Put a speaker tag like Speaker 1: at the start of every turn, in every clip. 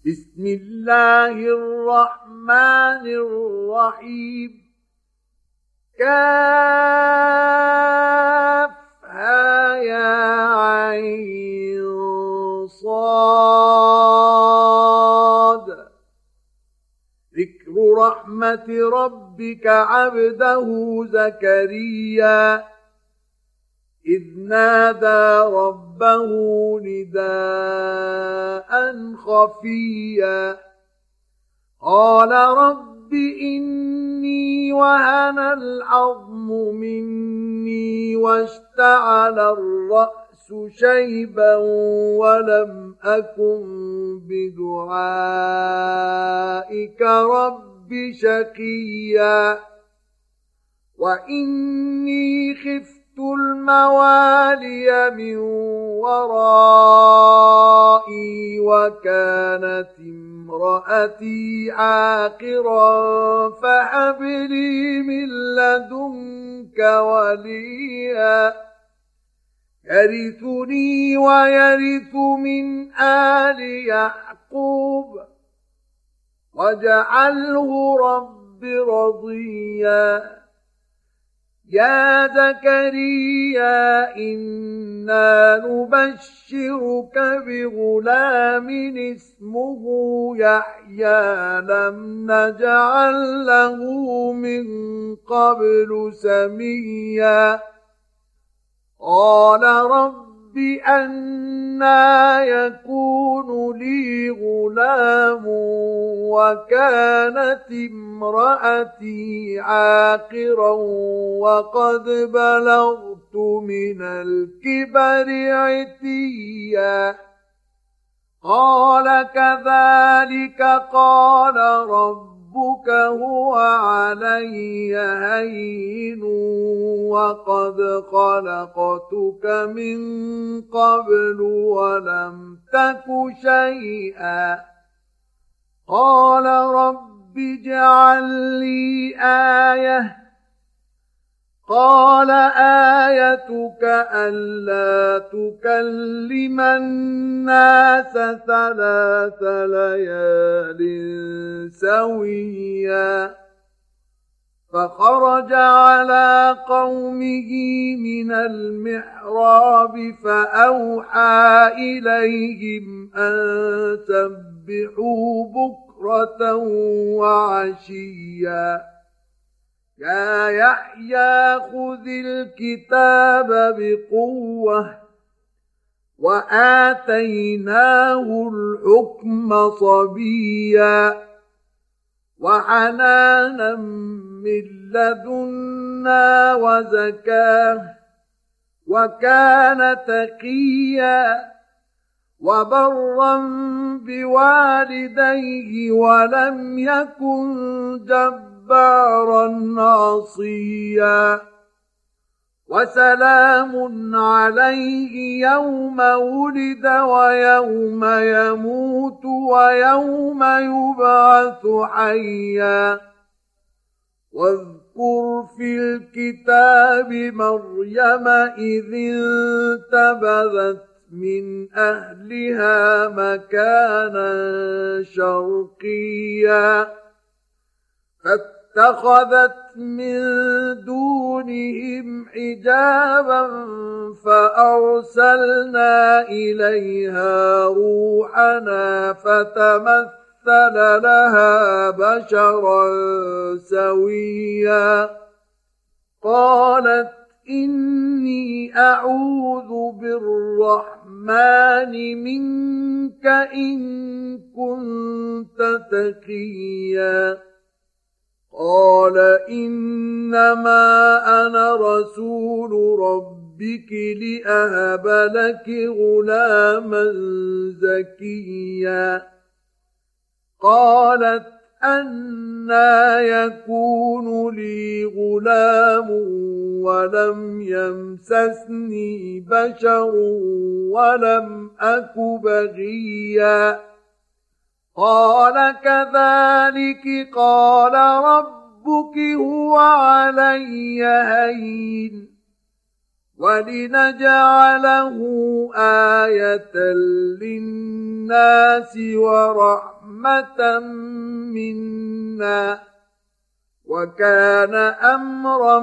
Speaker 1: بسم الله الرحمن الرحيم. كافها يا عين صاد. ذكر رحمة ربك عبده زكريا إذ نادى ربه نداء خفيا قال رب إني وهن العظم مني واشتعل الرأس شيبا ولم أكن بدعائك رب شقيا وإني خفت الموالي من ورائي وكانت امرأتي عاقرا فهب لي من لدنك وليا يرثني ويرث من آل يعقوب واجعله رب رضيا. يا زكريا إنا نبشرك بغلام اسمه يحيى لم نجعل له من قبل سميا قال رب أنى يكون لي غلام وكانت امرأتي عاقرا وقد بلغت من الكبر عتيا قال كذلك قال ربك هو علي هين وقد خلقتك من قبل ولم تك شيئا قال رب اجعل لي آية قال آيتك ألا تكلم الناس 3 ليال سويا فخرج على قومه من المحراب فأوحى إليهم أن سبحوا بكرة وعشيا يا يحيى خذ الكتاب بقوة وآتيناه الحكم صبيا وحنانا من لدنا وزكاة وكان تقيا وبرا بوالديه ولم يكن جبارا عصيا وسلام عليه يوم ولد ويوم يموت ويوم يبعث حيا واذكر في الكتاب مريم إذ انتبذت من أهلها مكانا شرقيا فاتخذت من دونهم حجابا فأرسلنا إليها روحنا فتمثل لها بشرا سويا قالت إني أعوذ بالرحمن منك إن كنت تقيا قال إنما أنا رسول ربك لأهب لك غلاما زكيا قالت أنى يكون لي غلام ولم يمسسني بشر ولم أك بغيا قال كذلك قال ربك هو علي هين ولنجعله آية للناس ورحمة منا وكان أمرا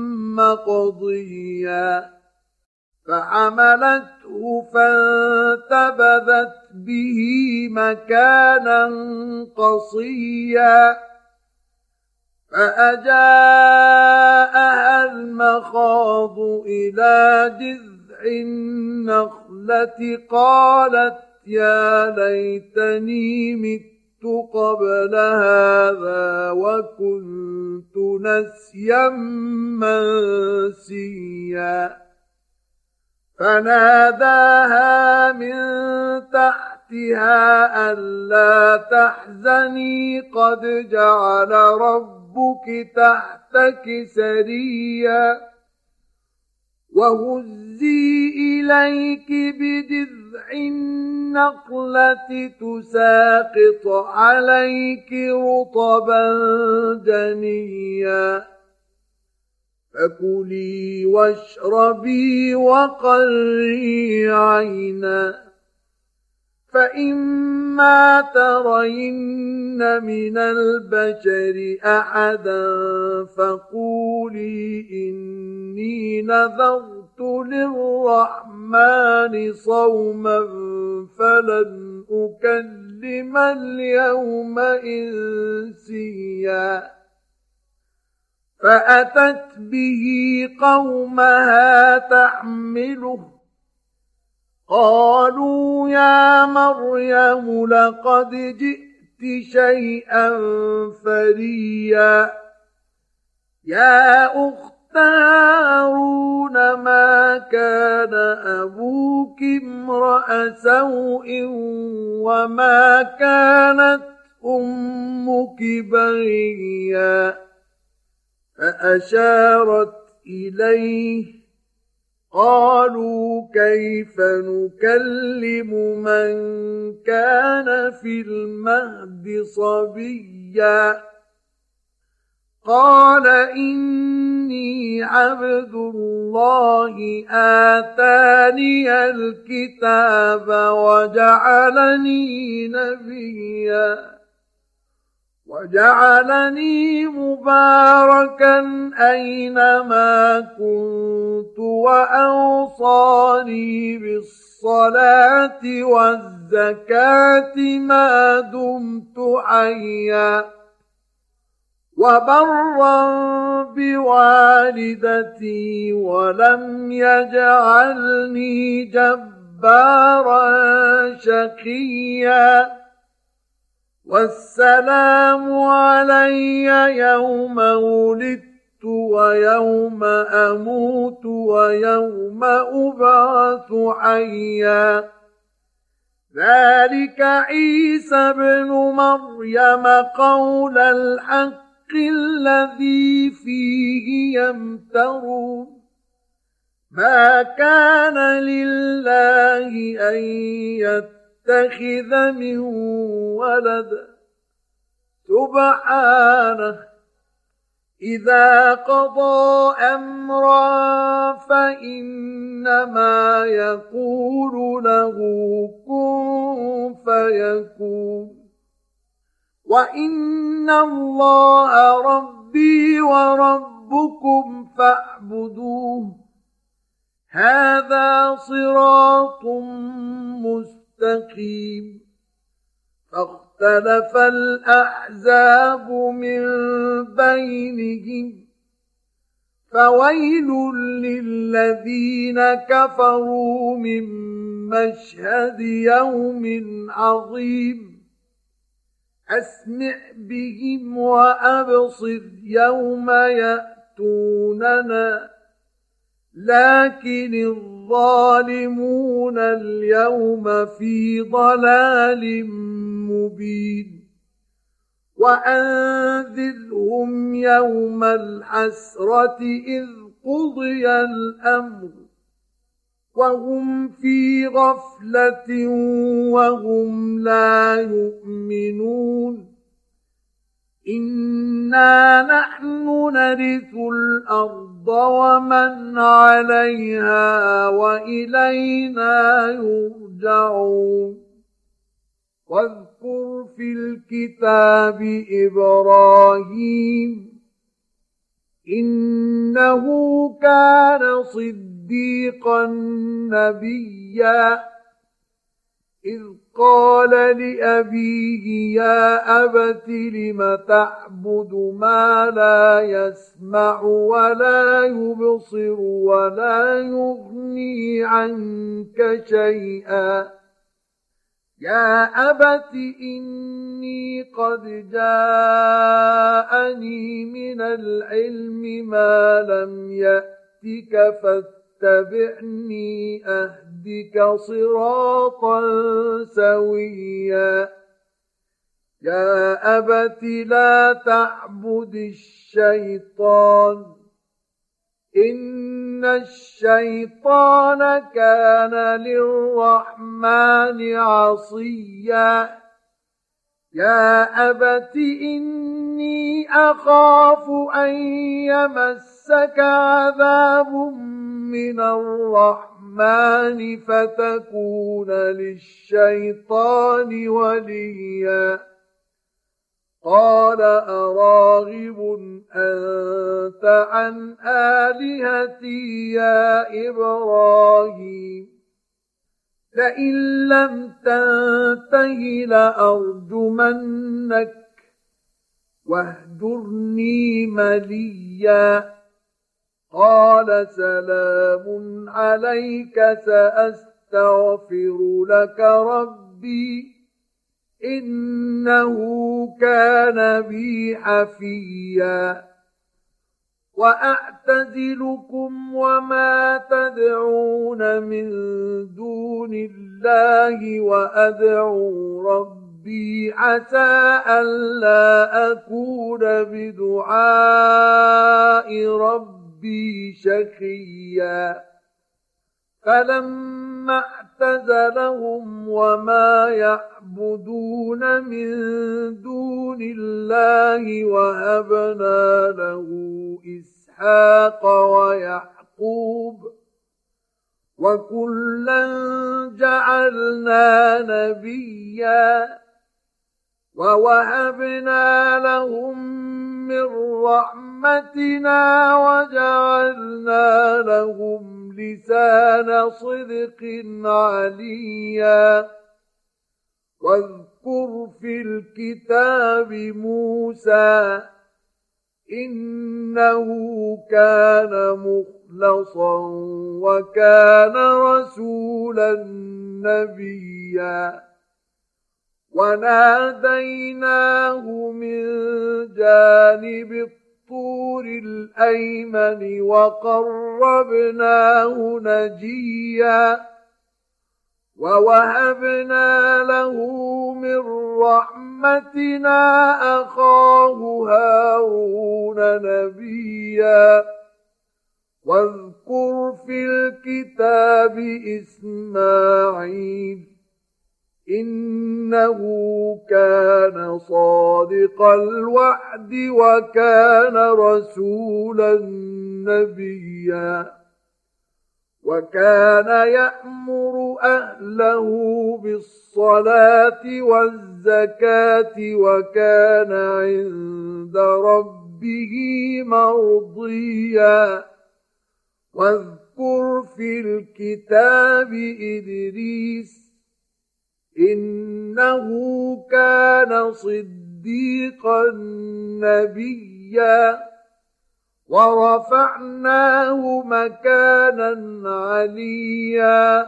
Speaker 1: مقضيا فحملته فانتبذت به مكانا قصيا فأجاءها المخاض إلى جذع النخلة قالت يا ليتني مت قبل هذا وكنت نسيا منسيا فناداها من تحتها ألا تحزني قد جعل ربك تحتك سريا وهزي إليك بجذع النخلة تساقط عليك رطبا جنيا فكلي واشربي وقري عينا فإما ترين من البشر أحدا فقولي إني نذرت للرحمن صوما فلن أكلم اليوم إنسيا فأتت به قومها تحمله قالوا يا مريم لقد جئت شيئا فريا يا أخت هارون ما كان أبوك امرأ سوء وما كانت أمك بغيا فأشارت إليه قالوا كيف نكلم من كان في المهد صبيا قال إني عبد الله آتاني الكتاب وجعلني نبيا وجعلني مباركا أينما كنت وأوصاني بالصلاة والزكاة ما دمت حيا وبرا بوالدتي ولم يجعلني جبارا شقيا والسلام علي يوم ولدت ويوم أموت ويوم أبعث حيا ذلك عيسى بن مريم قول الحق الذي فيه يمترون ما كان لله أن يتخذ من ولد سبحانه إذا قضى أمرا فإنما يقول له كن فيكون وإن الله ربي وربكم فاعبدوه هذا صراط مستقيم فاختلف الأحزاب من بينهم فويل للذين كفروا من مشهد يوم عظيم أسمع بهم وأبصر يوم يأتوننا لكن الظالمون اليوم في ضلال مبين وأنذرهم يوم الحسرة إذ قضي الأمر وهم في غفلة وهم لا يؤمنون إنا نحن نرث الأرض ومن عليها وإلينا يرجعون واذكر في الكتاب إبراهيم إنه كان صديقا نبيا إذ قال لأبيه يا أبت لم تعبد ما لا يسمع ولا يبصر ولا يغني عنك شيئا يا أبت إني قد جاءني من العلم ما لم يأتك فاتبعني أهدك صراطا سويا يا أبت لا تعبد الشيطان إن الشيطان كان للرحمن عصيا يا أبت إني أخاف أن يمسك عذاب من الرحمن فتكون للشيطان وليا قال أراغب أنت عن آلهتي يا إبراهيم لئن لم تنته لأرجمنك واهجرني مليا قال سلام عليك سأستغفر لك ربي إنه كان بي حفيا وأعتزلكم وما تدعون من دون الله وأدعو ربي عسى ألا أكون بدعاء ربي شقيا فلما اعتزلهم وما يعبدون من دون الله وهبنا له إسحاق ويعقوب وكلا جعلنا نبيا ووهبنا لهم من رحمتنا وجعلنا لهم لسان صدق عليا واذكر في الكتاب موسى إنه كان مخلصا وكان رسولا نبيا وناديناه من جانب الطور الأيمن وقربناه نجيا ووهبنا له من رحمتنا أخاه هارون نبيا واذكر في الكتاب إسماعيل إنه كان صادق الوعد وكان رسولا نبيا وكان يأمر أهله بالصلاة والزكاة وكان عند ربه مرضيا واذكر في الكتاب إدريس إنه كان صديقا نبيا ورفعناه مكانا عليا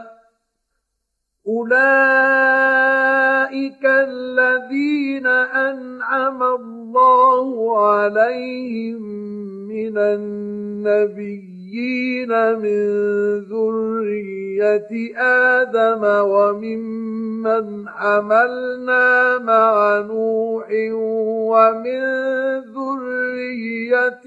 Speaker 1: أولئك الذين أنعم الله عليهم من النبيين من ذرية آدم وممن حملنا مع نوح ومن ذرية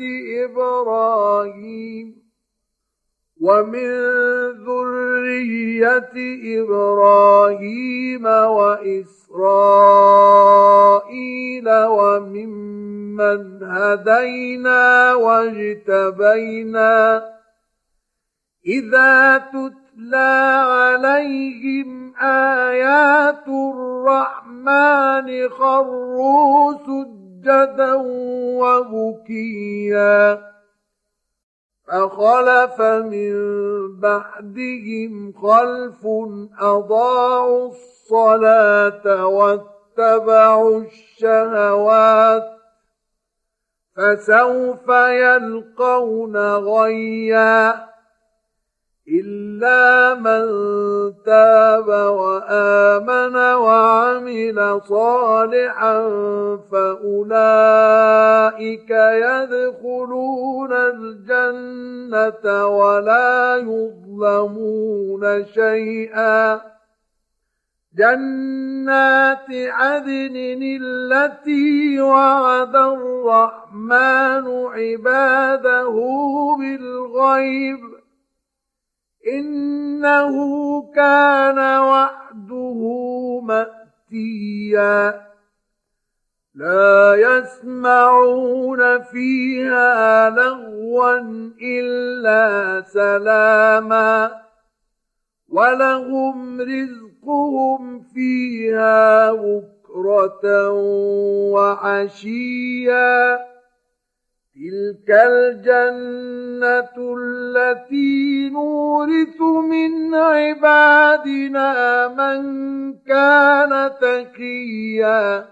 Speaker 1: إبراهيم وإسرائيل وممن وممن هدينا واجتبينا إذا تتلى عليهم آيات الرحمن خروا سجدا وبكيا فخلف من بعدهم خلف أضاعوا الصلاة واتبعوا الشهوات فسوف يلقون غيا إلا من تاب وآمن وعمل صالحا فأولئك يدخلون الجنة ولا يظلمون شيئا جنات عدن التي وعد الرحمن عباده بالغيب إنه كان وعده مأتيا لا يسمعون فيها لغوا إلا سلاما ولهم رزقهم فيها بكرة وعشيا تلك الجنة التي نورث من عبادنا من كان تقيا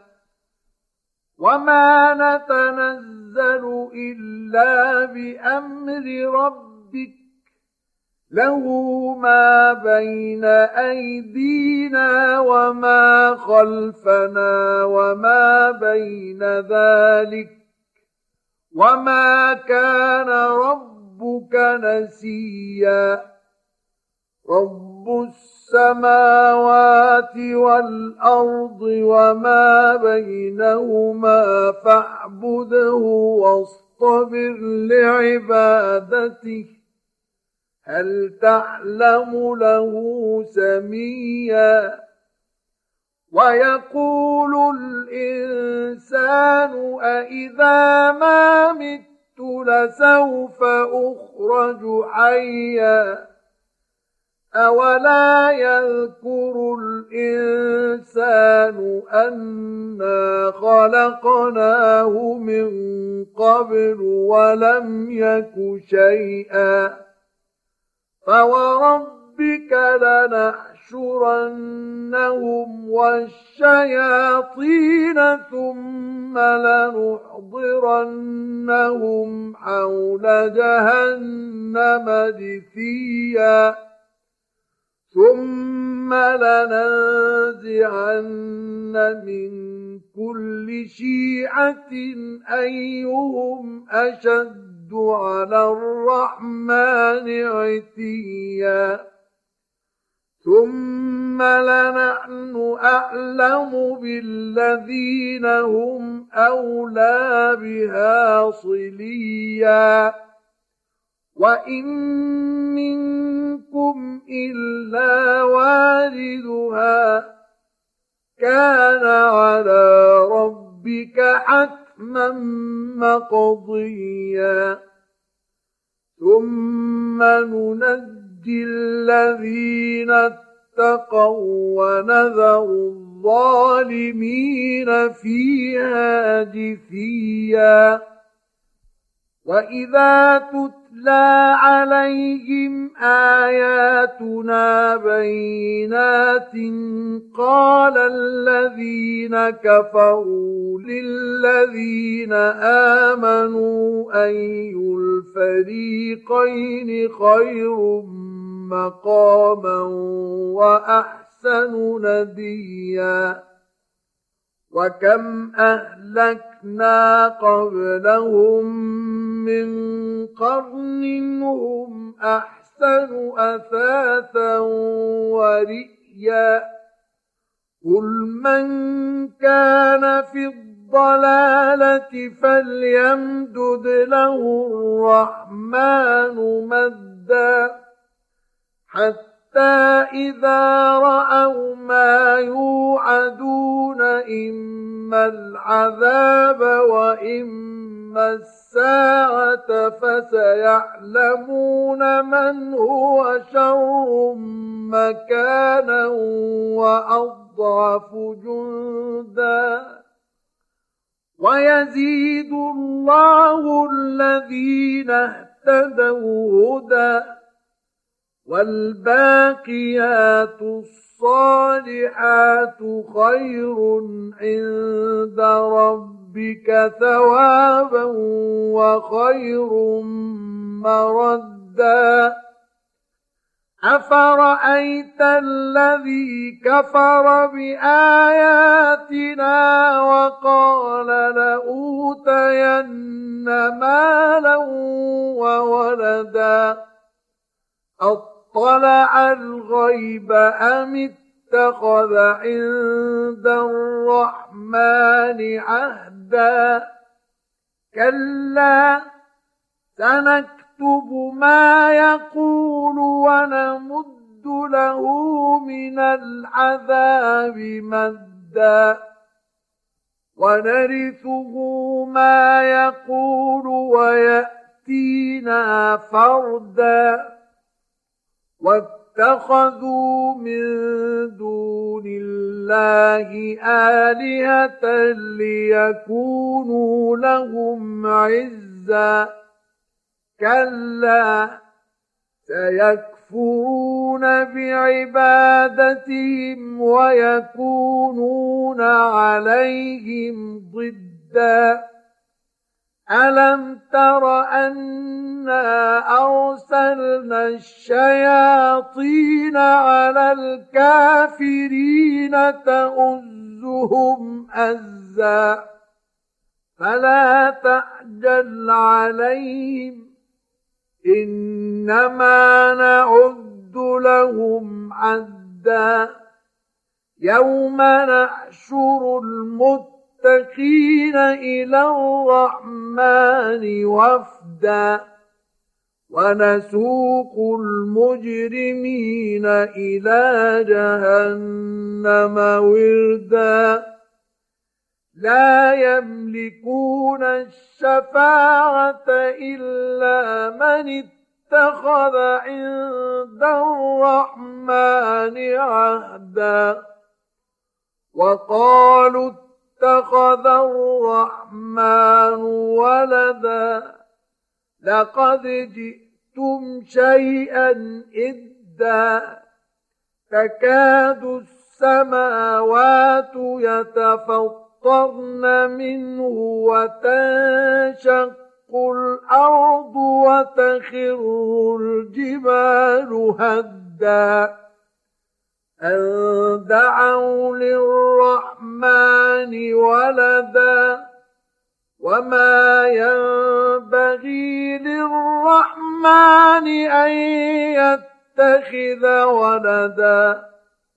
Speaker 1: وما نتنزل إلا بأمر ربك له ما بين أيدينا وما خلفنا وما بين ذلك وما كان ربك نسيا رب السماوات والأرض وما بينهما فاعبده واصطبر لعبادته هل تعلم له سميا ويقول الإنسان أإذا ما مت لسوف أخرج حيا أولا يذكر الإنسان أنا خلقناه من قبل ولم يك شيئا فوربك لنحشرنهم والشياطين ثم لنحضرنهم حول جهنم جثيا ثم لننزعن من كل شيعة أيهم أشد على الرحمن عتيا ثم لنحن أعلم بالذين هم أولى بها صليا وإن منكم إلا واردها كان على ربك حتما مقضيا ثم ننجي الذين اتقوا ونذر الظالمين فيها جثيا وإذا تتلى عليهم آياتنا بينات قال الذين كفروا للذين آمنوا أي الفريقين خير مقاما وأحسن نديا وكم أهلكنا قبلهم من قرن هم أحسن أثاثا ورئيا قل من كان في الضلالة فليمدد له الرحمن مدا حتى إذا رأوا ما يوعدون إما إما العذاب وإما الساعة فسيعلمون من هو شر مكانا وأضعف جندا ويزيد الله الذين اهتدوا هدى والباقيات الصالحات خير عند ربك ثوابا وخير مردا أفرأيت الذي كفر بآياتنا وقال لأوتين مالا وولدا أطلع الغيب أم اتخذ عند الرحمن عهدا كلا سنكتب ما يقول ونمد له من العذاب مدا ونرثه ما يقول ويأتينا فردا واتخذوا من دون الله آلهة ليكونوا لهم عزا كلا سيكفرون بعبادتهم ويكونون عليهم ضدا ألم تر أنا أرسلنا الشياطين على الكافرين تؤزهم أزا فلا تعجل عليهم إنما نعد لهم عدا يوم نحشر المتقين إلى الرحمن وفدا ونسوق المجرمين إلى جهنم وردا لا يملكون الشفاعة إلا من اتخذ عند الرحمن عهدا وقالوا اتخذ الرحمن ولدا لقد جئتم شيئا إدا تكاد السماوات يتفطرن منه وتنشق الأرض وتخر الجبال هدا أن دعوا للرحمن ولدا وما ينبغي للرحمن أن يتخذ ولدا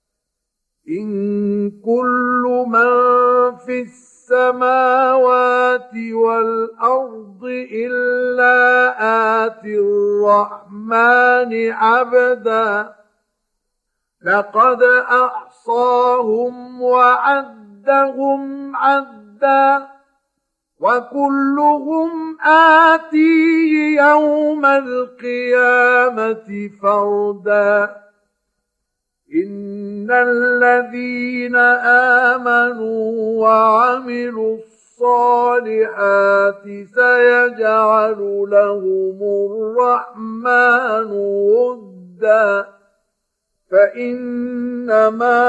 Speaker 1: إن كل من في السماوات والأرض إلا آتي الرحمن عبدا لقد أحصاهم وعدهم عدا وكلهم آتيه يوم القيامة فردا إن الذين آمنوا وعملوا الصالحات سيجعل لهم الرحمن ودا فإنما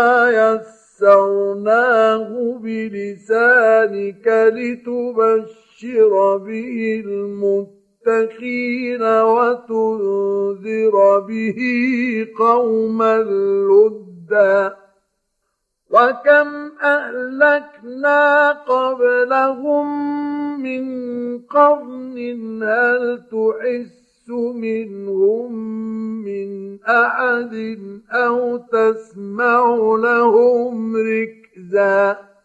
Speaker 1: يسرناه بلسانك لتبشر به المتقين وتنذر به قوما لدا وكم أهلكنا قبلهم من قرن هل تحس منهم من أحد أو تسمع لهم ركزا